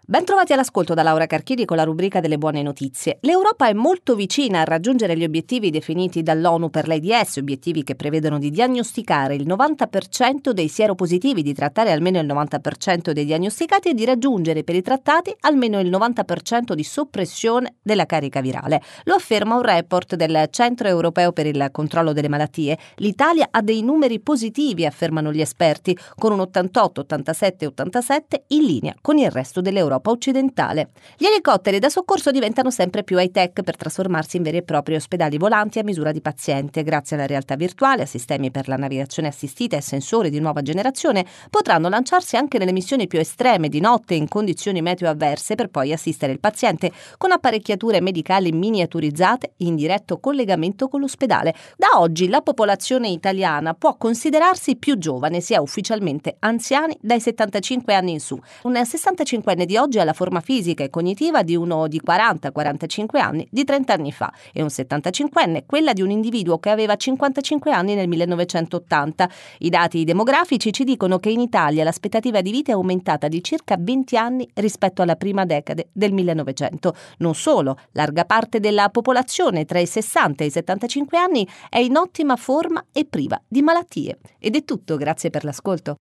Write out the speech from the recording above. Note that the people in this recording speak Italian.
Bentrovati all'ascolto da Laura Carchidi con la rubrica delle buone notizie. L'Europa è molto vicina a raggiungere gli obiettivi definiti dall'ONU per l'AIDS, obiettivi che prevedono di diagnosticare il 90% dei sieropositivi, di trattare almeno il 90% dei diagnosticati e di raggiungere per i trattati almeno il 90% di soppressione della carica virale. Lo afferma un report del Centro Europeo per il Controllo delle Malattie. L'Italia ha dei numeri positivi, affermano gli esperti, con un 88, 87 e 87 in linea con il resto dell'Europa occidentale. Gli elicotteri da soccorso diventano sempre più high-tech per trasformarsi in veri e propri ospedali volanti a misura di paziente. Grazie alla realtà virtuale, a sistemi per la navigazione assistita e sensori di nuova generazione, potranno lanciarsi anche nelle missioni più estreme di notte in condizioni meteo avverse per poi assistere il paziente con apparecchiature medicali miniaturizzate in diretto collegamento con l'ospedale. Da oggi la popolazione italiana può considerarsi più giovane, si è ufficialmente anziani dai 75 anni in su. Un 65enne di oggi ha la forma fisica e cognitiva di uno di 40-45 anni di 30 anni fa e un 75enne quella di un individuo che aveva 55 anni nel 1980. I dati demografici ci dicono che in Italia l'aspettativa di vita è aumentata di circa 20 anni rispetto alla prima decade del 1900. Non solo, larga parte della popolazione tra i 60 e i 75 anni è in ottima forma e priva di malattie. Ed è tutto, grazie per l'ascolto.